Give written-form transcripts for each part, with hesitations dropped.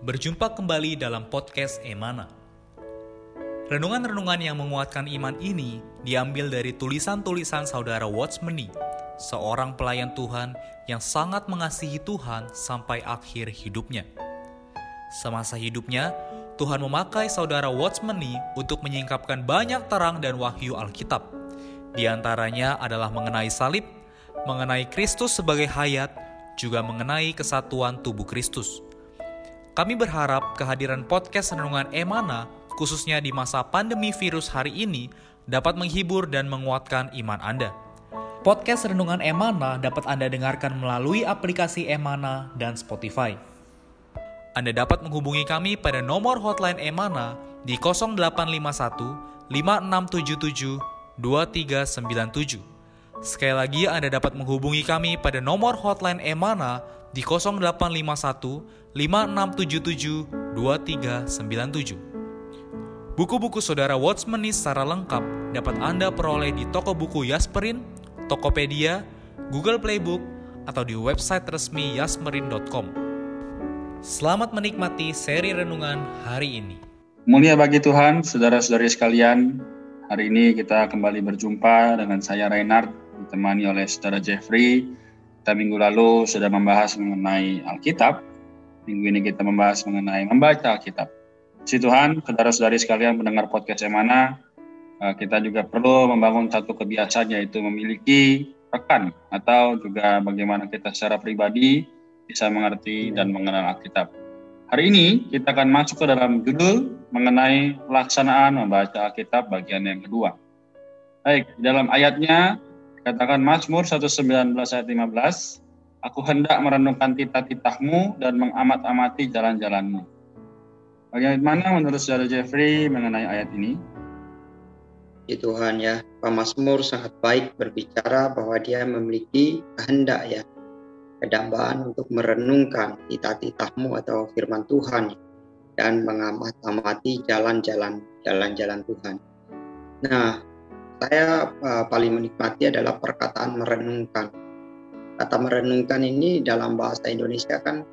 Berjumpa kembali dalam podcast Emana. Renungan-renungan yang menguatkan iman ini diambil dari tulisan-tulisan saudara Watchmeni, seorang pelayan Tuhan yang sangat mengasihi Tuhan sampai akhir hidupnya. Semasa hidupnya, Tuhan memakai saudara Watchmeni untuk menyingkapkan banyak terang dan wahyu Alkitab. Di antaranya adalah mengenai salib, mengenai Kristus sebagai hayat, juga mengenai kesatuan tubuh Kristus. Kami berharap kehadiran podcast Renungan Emana, khususnya di masa pandemi virus hari ini, dapat menghibur dan menguatkan iman Anda. Podcast Renungan Emana dapat Anda dengarkan melalui aplikasi Emana dan Spotify. Anda dapat menghubungi kami pada nomor hotline Emana di 0851 5677 2397. Sekali lagi Anda dapat menghubungi kami pada nomor hotline Emana di 0851 5677 2397. Buku-buku saudara Watchmeni secara lengkap dapat Anda peroleh di toko buku Yasmerin, Tokopedia, Google Playbook, atau di website resmi yasmerin.com. Selamat menikmati seri renungan hari ini. Mulia bagi Tuhan, saudara-saudari sekalian. Hari ini kita kembali berjumpa dengan saya Reinhard, ditemani oleh saudara Jeffrey. Kita minggu lalu sudah membahas mengenai Alkitab. Minggu ini kita membahas mengenai membaca Alkitab. Puji Tuhan, saudara-saudari sekalian pendengar podcast Emana, kita juga perlu membangun satu kebiasaan, yaitu memiliki rekan atau juga bagaimana kita secara pribadi bisa mengerti dan mengenal Alkitab. Hari ini kita akan masuk ke dalam judul mengenai pelaksanaan membaca Alkitab bagian yang kedua. Baik, dalam ayatnya katakan Mazmur 119 ayat 15, Aku hendak merenungkan titah-titahmu dan mengamat-amati jalan-jalanmu. Bagaimana menurut saudara Jeffrey mengenai ayat ini? Ya Tuhan ya, Pemazmur sangat baik berbicara bahwa dia memiliki kehendak ya, kedambaan untuk merenungkan titah-titahmu atau firman Tuhan dan mengamat-amati jalan-jalan Tuhan. Nah, saya paling menikmati adalah perkataan merenungkan. Kata merenungkan ini dalam bahasa Indonesia kan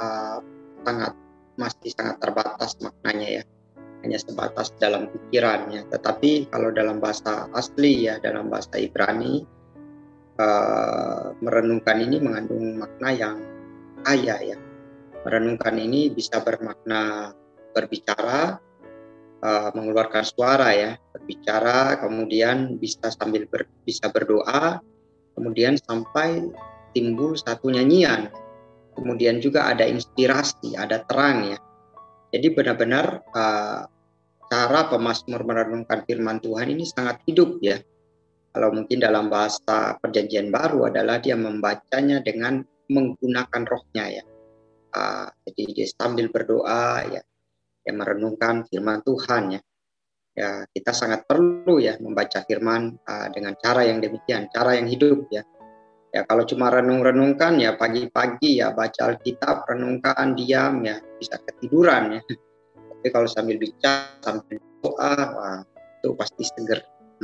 masih sangat terbatas maknanya ya, hanya sebatas dalam pikirannya. Tetapi kalau dalam bahasa asli ya, dalam bahasa Ibrani, merenungkan ini mengandung makna yang kaya ya. Merenungkan ini bisa bermakna berbicara, mengeluarkan suara ya, berbicara, kemudian bisa sambil bisa berdoa, kemudian sampai timbul satu nyanyian, kemudian juga ada inspirasi, ada terang ya. Jadi benar-benar cara pemazmur merenungkan firman Tuhan ini sangat hidup ya. Kalau mungkin dalam bahasa Perjanjian Baru adalah dia membacanya dengan menggunakan rohnya ya. Jadi dia sambil berdoa ya, dia merenungkan firman Tuhan ya. Ya, kita sangat perlu ya membaca firman dengan cara yang demikian, cara yang hidup ya. Ya kalau cuma renung-renungkan ya pagi-pagi ya baca Alkitab, renungkan, diam ya, bisa ketiduran ya. Tapi kalau sambil bicara, sambil doa, wah, itu pasti seger.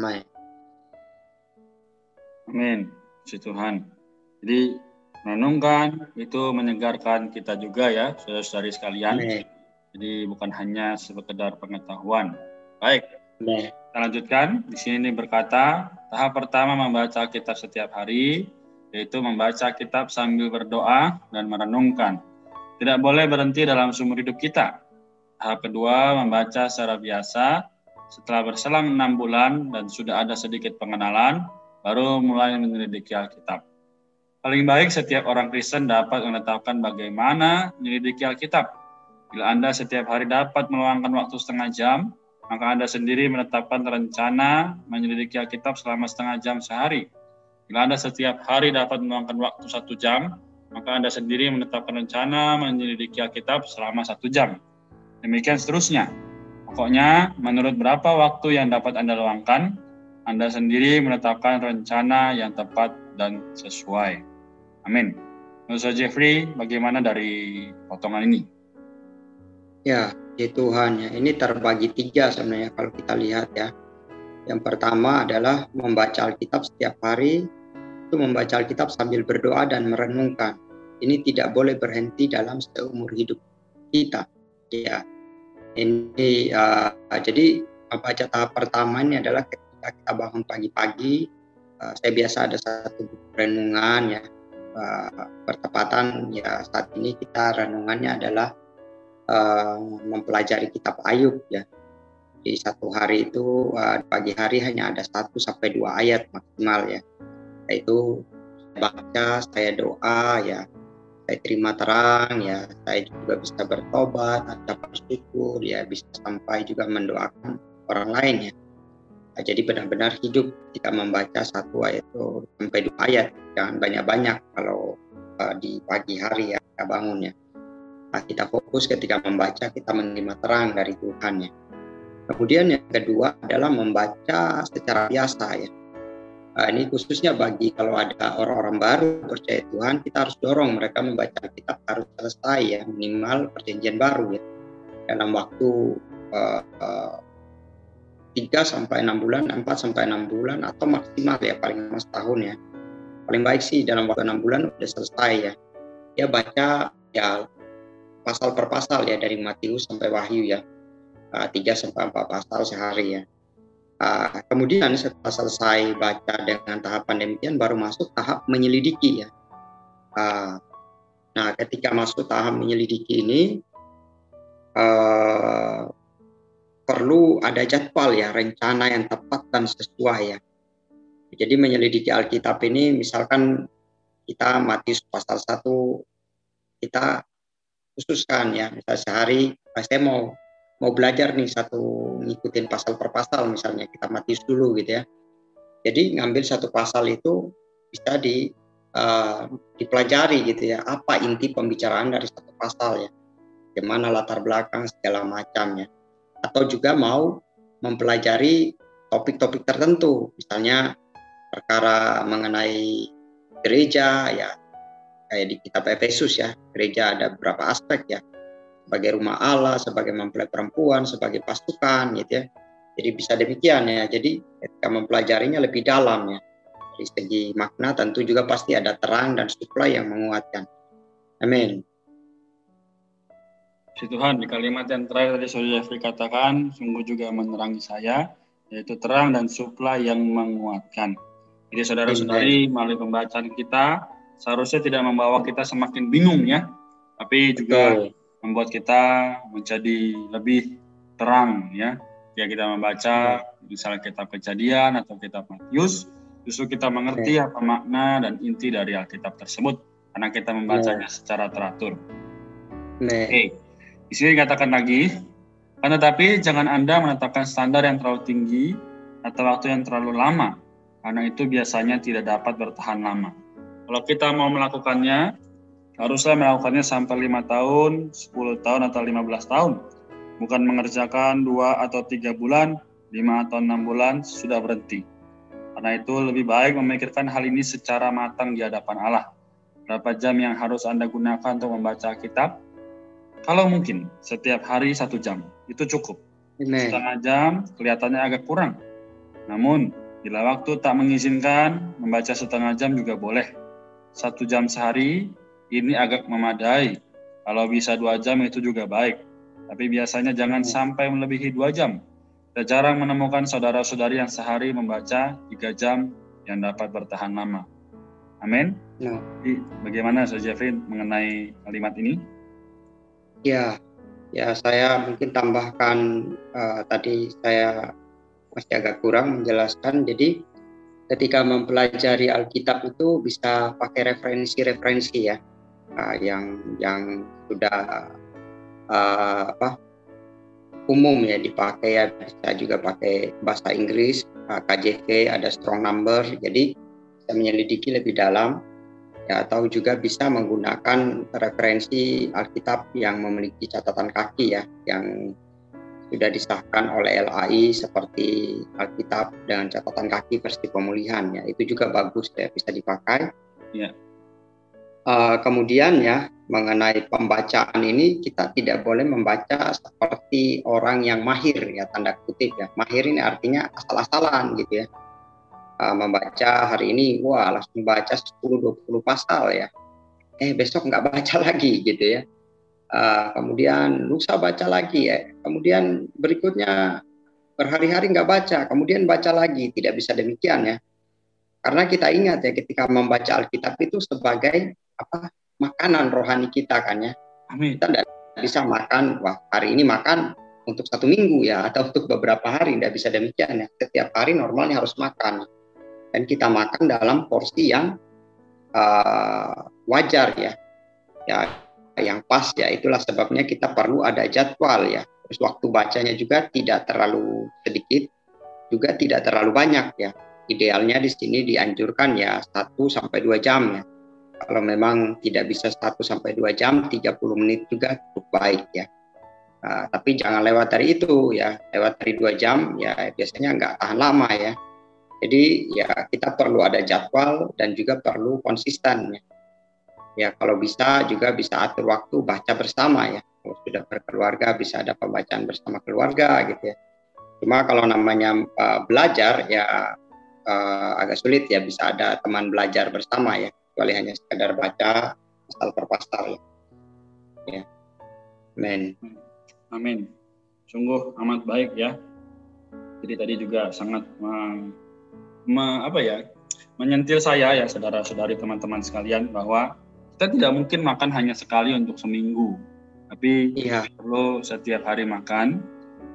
Amin. Puji Tuhan. Jadi renungkan itu menyegarkan kita juga ya, saudara-saudari sekalian. Amin. Jadi bukan hanya sekedar pengetahuan. Baik. Amin. Kita lanjutkan. Di sini berkata, tahap pertama membaca Alkitab setiap hari, yaitu membaca kitab sambil berdoa dan merenungkan. Tidak boleh berhenti dalam seumur hidup kita. Tahap kedua, membaca secara biasa. Setelah berselang 6 bulan dan sudah ada sedikit pengenalan, baru mulai menyelidiki Alkitab. Paling baik setiap orang Kristen dapat menetapkan bagaimana menyelidiki Alkitab. Bila Anda setiap hari dapat meluangkan waktu setengah jam, maka Anda sendiri menetapkan rencana menyelidiki Alkitab selama setengah jam sehari. Bila Anda setiap hari dapat meluangkan waktu 1 jam, maka Anda sendiri menetapkan rencana menyelidiki Alkitab selama 1 jam. Demikian seterusnya. Pokoknya, menurut berapa waktu yang dapat Anda luangkan, Anda sendiri menetapkan rencana yang tepat dan sesuai. Amin. Menurut Jeffrey, bagaimana dari potongan ini? Ya, Tuhan ya, ini terbagi 3 sebenarnya kalau kita lihat ya. Yang pertama adalah membaca Alkitab setiap hari, itu membaca Alkitab sambil berdoa dan merenungkan. Ini tidak boleh berhenti dalam seumur hidup. kita. Ya, ini jadi membaca tahap pertama ini adalah ketika kita bangun pagi-pagi. Saya biasa ada satu buku renungan ya. Bertepatan ya saat ini kita renungannya adalah mempelajari kitab Ayub ya. Di satu hari itu pagi hari hanya ada 1 sampai 2 ayat maksimal ya. Yaitu saya baca, saya doa ya, saya terima terang ya, saya juga bisa bertobat, ucapan syukur ya, bisa sampai juga mendoakan orang lain ya. Nah, jadi benar-benar hidup kita membaca 1 ayat itu sampai 2 ayat, jangan banyak-banyak kalau di pagi hari ya kita bangun ya. Nah, kita fokus ketika membaca, kita menerima terang dari Tuhan ya. Kemudian yang kedua adalah membaca secara biasa ya. Ini khususnya bagi kalau ada orang-orang baru percaya Tuhan, kita harus dorong mereka membaca kitab harus selesai ya, minimal perjanjian baru ya, dalam waktu 3 sampai 6 bulan, 4 sampai 6 bulan, atau maksimal ya paling lama setahun ya. Paling baik sih dalam waktu 6 bulan udah selesai ya. Dia baca ya pasal per pasal ya, dari Matius sampai Wahyu ya. 3 sampai 4 pasal sehari ya. Kemudian setelah selesai baca dengan tahapan demikian, baru masuk tahap menyelidiki ya. Nah, ketika masuk tahap menyelidiki ini perlu ada jadwal ya, rencana yang tepat dan sesuai ya. Jadi menyelidiki Alkitab ini, misalkan kita Matius pasal 1 kita khususkan ya, misalnya sehari saya mau belajar nih ngikutin pasal per pasal, misalnya kita Matius dulu gitu ya. Jadi ngambil satu pasal itu bisa dipelajari gitu ya, apa inti pembicaraan dari satu pasal ya, gimana latar belakang segala macamnya. Atau juga mau mempelajari topik-topik tertentu, misalnya perkara mengenai gereja ya, kayak di kitab Efesus ya, gereja ada beberapa aspek ya, sebagai rumah Allah, sebagai mempelai perempuan, sebagai pasukan gitu ya. Jadi bisa demikian ya. Jadi ketika mempelajarinya lebih dalam ya, dari segi makna tentu juga pasti ada terang dan supply yang menguatkan. Amin. Puji Tuhan, di kalimat yang terakhir tadi Saudara Jeffrey katakan, sungguh juga menerangi saya, yaitu terang dan supply yang menguatkan. Jadi saudara-saudari, melalui pembacaan kita, seharusnya tidak membawa kita semakin bingung ya, tapi juga membuat kita menjadi lebih terang ya. Jika kita membaca misalnya kitab Kejadian atau kitab Matius, justru kita mengerti apa makna dan inti dari Alkitab tersebut karena kita membacanya secara teratur. Oke. Di sini dikatakan lagi, tetapi jangan Anda menetapkan standar yang terlalu tinggi atau waktu yang terlalu lama, karena itu biasanya tidak dapat bertahan lama. Kalau kita mau melakukannya, haruslah melakukannya sampai 5 tahun, 10 tahun, atau 15 tahun. Bukan mengerjakan 2 atau 3 bulan, 5 atau 6 bulan, sudah berhenti. Karena itu lebih baik memikirkan hal ini secara matang di hadapan Allah. Berapa jam yang harus Anda gunakan untuk membaca kitab? Kalau mungkin, setiap hari 1 jam, itu cukup. Setengah jam kelihatannya agak kurang. Namun, bila waktu tak mengizinkan, membaca setengah jam juga boleh. 1 jam sehari, ini agak memadai. Kalau bisa 2 jam itu juga baik. Tapi biasanya jangan sampai melebihi 2 jam. Kita jarang menemukan saudara-saudari yang sehari membaca 3 jam yang dapat bertahan lama. Amin. Jadi, bagaimana Saudara Jeffrey mengenai kalimat ini? Ya saya mungkin tambahkan tadi saya masih agak kurang menjelaskan. Jadi ketika mempelajari Alkitab itu bisa pakai referensi-referensi ya. Yang sudah umum ya dipakai ya, bisa juga pakai bahasa Inggris, KJV, ada strong number, jadi bisa menyelidiki lebih dalam ya, atau juga bisa menggunakan referensi Alkitab yang memiliki catatan kaki ya, yang sudah disahkan oleh LAI seperti Alkitab dengan catatan kaki versi pemulihan ya, itu juga bagus ya, bisa dipakai ya. Kemudian ya, mengenai pembacaan ini kita tidak boleh membaca seperti orang yang mahir ya, tanda kutip ya. Mahir ini artinya asal-asalan gitu ya. Membaca hari ini langsung baca 10-20 pasal ya. Besok nggak baca lagi gitu ya. kemudian lusa baca lagi ya, kemudian berikutnya berhari-hari nggak baca, kemudian baca lagi. Tidak bisa demikian ya, karena kita ingat ya, ketika membaca Alkitab itu sebagai makanan rohani kita kan ya. Amin. Kita tidak bisa makan, wah hari ini makan untuk 1 minggu ya, atau untuk beberapa hari, tidak bisa demikian ya. Setiap hari normalnya harus makan, dan kita makan dalam porsi yang wajar ya, yang pas ya. Itulah sebabnya kita perlu ada jadwal ya. Terus waktu bacanya juga tidak terlalu sedikit, juga tidak terlalu banyak ya. Idealnya di sini dianjurkan ya 1-2 jam ya. Kalau memang tidak bisa 1-2 jam, 30 menit juga cukup baik ya. Tapi jangan lewat dari itu ya. Lewat dari 2 jam ya biasanya nggak tahan lama ya. Jadi ya kita perlu ada jadwal dan juga perlu konsisten ya. Ya kalau bisa juga bisa atur waktu baca bersama ya. Kalau sudah berkeluarga bisa ada pembacaan bersama keluarga gitu ya. Cuma kalau namanya belajar ya agak sulit ya, bisa ada teman belajar bersama ya, kecuali hanya sekedar baca pasal per pasal ya. Amin. Amin. Sungguh amat baik ya. Jadi tadi juga sangat menyentil saya ya, saudara-saudari, teman-teman sekalian, bahwa kita tidak mungkin makan hanya sekali untuk seminggu, tapi perlu setiap hari makan.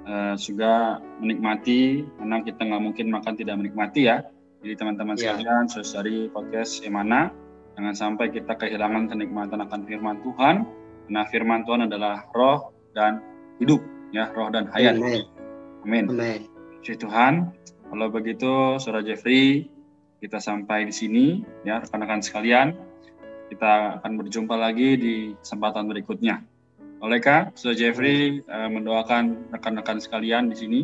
Juga menikmati, karena kita nggak mungkin makan tidak menikmati ya. Jadi teman-teman sekalian, saudari podcast Emana, jangan sampai kita kehilangan kenikmatan akan firman Tuhan, karena firman Tuhan adalah roh dan hidup ya, roh dan hayat. Amin. Puji Tuhan. Kalau begitu Saudara Jeffrey, kita sampai di sini ya rekan-rekan sekalian. Kita akan berjumpa lagi di kesempatan berikutnya. Bolehkah Saudara Jeffrey mendoakan rekan-rekan sekalian di sini?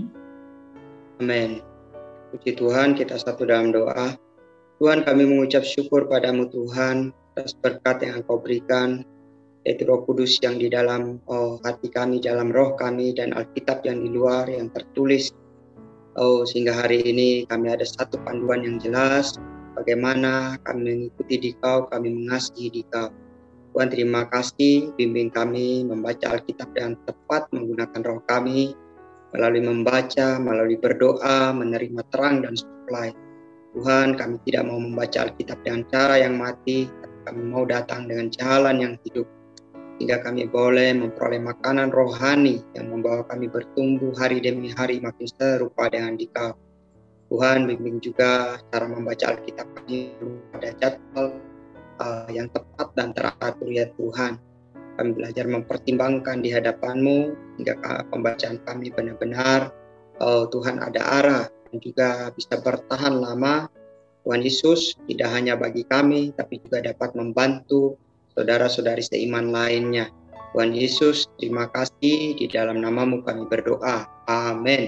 Amin. Puji Tuhan, kita satu dalam doa. Tuhan, kami mengucap syukur padamu Tuhan atas berkat yang Engkau berikan, yaitu Roh Kudus yang di dalam hati kami, dalam roh kami, dan Alkitab yang di luar yang tertulis. Sehingga hari ini kami ada satu panduan yang jelas bagaimana kami mengikuti Dikau, kami mengasihi Dikau. Tuhan, terima kasih, bimbing kami membaca Alkitab dengan tepat, menggunakan roh kami, melalui membaca, melalui berdoa, menerima terang dan supply. Tuhan, kami tidak mau membaca Alkitab dengan cara yang mati, tapi kami mau datang dengan jalan yang hidup, sehingga kami boleh memperoleh makanan rohani yang membawa kami bertumbuh hari demi hari makin serupa dengan Dikau. Tuhan, bimbing juga cara membaca Alkitab kami pada jadwal yang tepat dan teratur ya Tuhan. Kami belajar mempertimbangkan di hadapan-Mu hingga pembacaan kami benar-benar Tuhan ada arah dan juga bisa bertahan lama. Tuhan Yesus, tidak hanya bagi kami tapi juga dapat membantu saudara-saudari seiman lainnya. Tuhan Yesus, terima kasih, di dalam nama-Mu kami berdoa. Amin.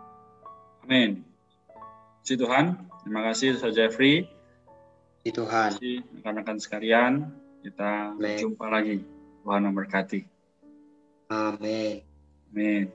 Amin. Puji Tuhan. Terima kasih Saudara Jeffrey. Puji Tuhan. Rekan-rekan sekalian, kita berjumpa lagi. Tuhan memberkati. Amin. Amin.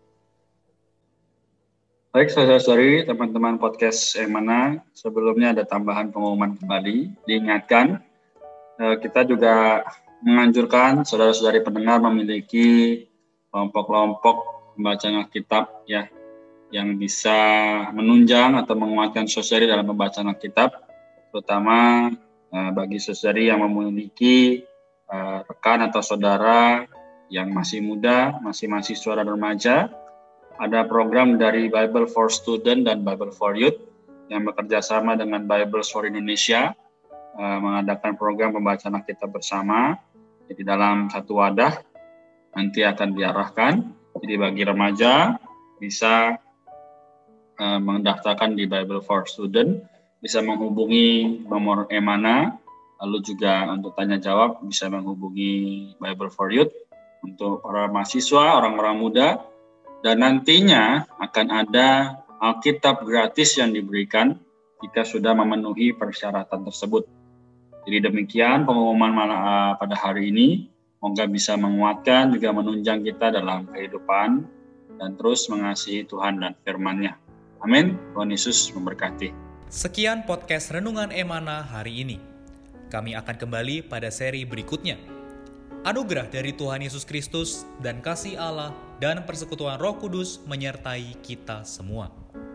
Baik saudara-saudari, teman-teman podcast Emana, sebelumnya ada tambahan pengumuman kembali. Diingatkan, kita juga menganjurkan saudara-saudari pendengar memiliki kelompok-kelompok pembacaan Alkitab ya, yang bisa menunjang atau menguatkan saudari dalam pembacaan Alkitab, terutama bagi saudari yang memiliki rekan atau saudara yang masih muda, masih mahasiswa dan remaja. Ada program dari Bible for Student dan Bible for Youth yang bekerja sama dengan Bible for Indonesia, mengadakan program pembacaan Alkitab bersama. Jadi dalam satu wadah nanti akan diarahkan. Jadi bagi remaja bisa mendaftarkan di Bible for Student, bisa menghubungi nomor Emana, lalu juga untuk tanya jawab bisa menghubungi Bible for Youth untuk para mahasiswa, orang-orang muda, dan nantinya akan ada Alkitab gratis yang diberikan jika sudah memenuhi persyaratan tersebut. Jadi demikian pengumuman pada hari ini, semoga bisa menguatkan juga menunjang kita dalam kehidupan dan terus mengasihi Tuhan dan firman-Nya. Amin. Tuhan Yesus memberkati. Sekian podcast Renungan Emana hari ini. Kami akan kembali pada seri berikutnya. Anugerah dari Tuhan Yesus Kristus dan kasih Allah dan persekutuan Roh Kudus menyertai kita semua.